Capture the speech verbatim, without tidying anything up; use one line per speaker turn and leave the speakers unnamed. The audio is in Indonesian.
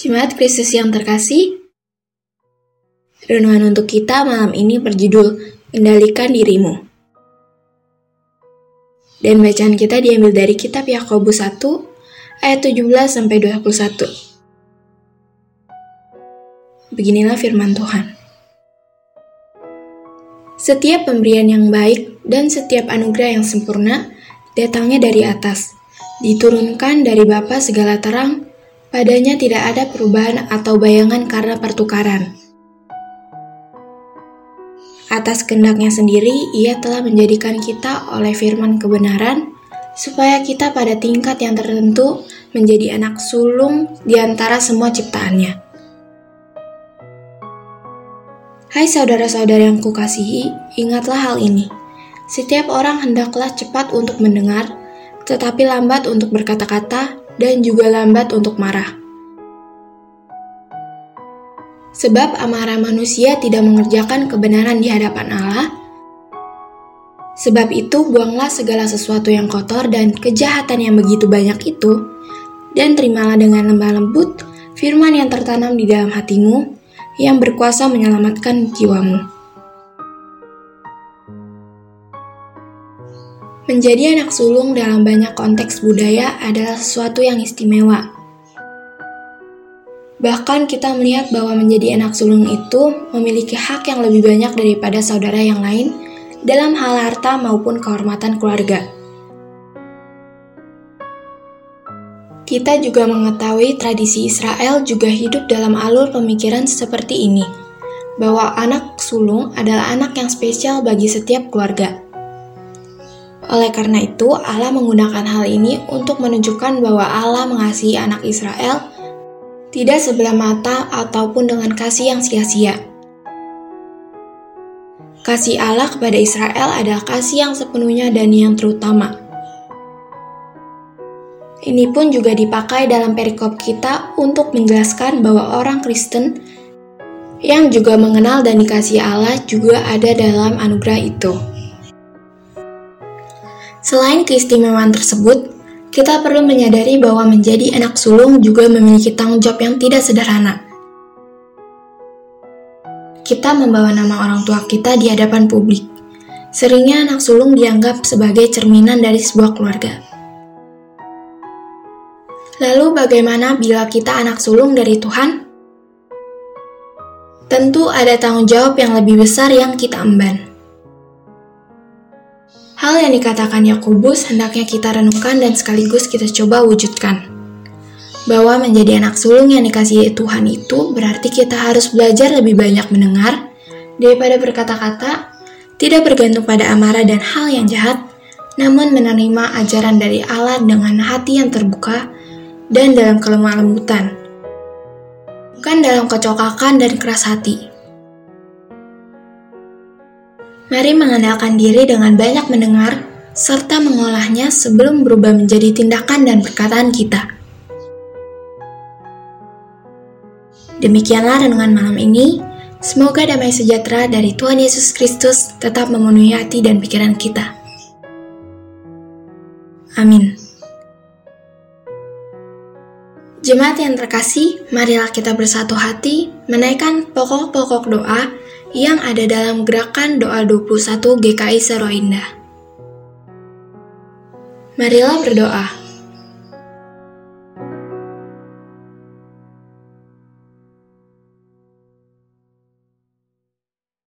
Jemaat Kristus yang terkasih, renungan untuk kita malam ini berjudul Kendalikan Dirimu. Dan bacaan kita diambil dari kitab Yakobus satu ayat tujuh belas sampai dua puluh satu. Beginilah firman Tuhan. Setiap pemberian yang baik dan setiap anugerah yang sempurna datangnya dari atas, diturunkan dari Bapa segala terang. Padanya tidak ada perubahan atau bayangan karena pertukaran. Atas kehendaknya sendiri, Ia telah menjadikan kita oleh firman kebenaran, supaya kita pada tingkat yang tertentu menjadi anak sulung di antara semua ciptaannya. Hai saudara-saudara yang kukasihi, ingatlah hal ini. Setiap orang hendaklah cepat untuk mendengar, tetapi lambat untuk berkata-kata, dan juga lambat untuk marah. Sebab amarah manusia tidak mengerjakan kebenaran di hadapan Allah. Sebab itu buanglah segala sesuatu yang kotor dan kejahatan yang begitu banyak itu, dan terimalah dengan lemah lembut firman yang tertanam di dalam hatimu, yang berkuasa menyelamatkan jiwamu. Menjadi anak sulung dalam banyak konteks budaya adalah sesuatu yang istimewa. Bahkan kita melihat bahwa menjadi anak sulung itu memiliki hak yang lebih banyak daripada saudara yang lain dalam hal harta maupun kehormatan keluarga. Kita juga mengetahui tradisi Israel juga hidup dalam alur pemikiran seperti ini, bahwa anak sulung adalah anak yang spesial bagi setiap keluarga. Oleh karena itu, Allah menggunakan hal ini untuk menunjukkan bahwa Allah mengasihi anak Israel tidak sebelah mata ataupun dengan kasih yang sia-sia. Kasih Allah kepada Israel adalah kasih yang sepenuhnya dan yang terutama. Ini pun juga dipakai dalam perikop kita untuk menjelaskan bahwa orang Kristen yang juga mengenal dan dikasihi Allah juga ada dalam anugerah itu. Selain keistimewaan tersebut, kita perlu menyadari bahwa menjadi anak sulung juga memiliki tanggung jawab yang tidak sederhana. Kita membawa nama orang tua kita di hadapan publik. Seringnya anak sulung dianggap sebagai cerminan dari sebuah keluarga. Lalu bagaimana bila kita anak sulung dari Tuhan? Tentu ada tanggung jawab yang lebih besar yang kita emban. Hal yang dikatakan Yakobus hendaknya kita renungkan dan sekaligus kita coba wujudkan. Bahwa menjadi anak sulung yang dikasihi Tuhan itu berarti kita harus belajar lebih banyak mendengar daripada berkata-kata, tidak bergantung pada amarah dan hal yang jahat, namun menerima ajaran dari Allah dengan hati yang terbuka dan dalam kelemah lembutan, bukan dalam kecokakan dan keras hati. Mari mengandalkan diri dengan banyak mendengar, serta mengolahnya sebelum berubah menjadi tindakan dan perkataan kita. Demikianlah renungan malam ini. Semoga damai sejahtera dari Tuhan Yesus Kristus tetap memenuhi hati dan pikiran kita. Amin. Jemaat yang terkasih, marilah kita bersatu hati menaikkan pokok-pokok doa yang ada dalam gerakan doa dua puluh satu G K I Sero Indah. Marilah berdoa.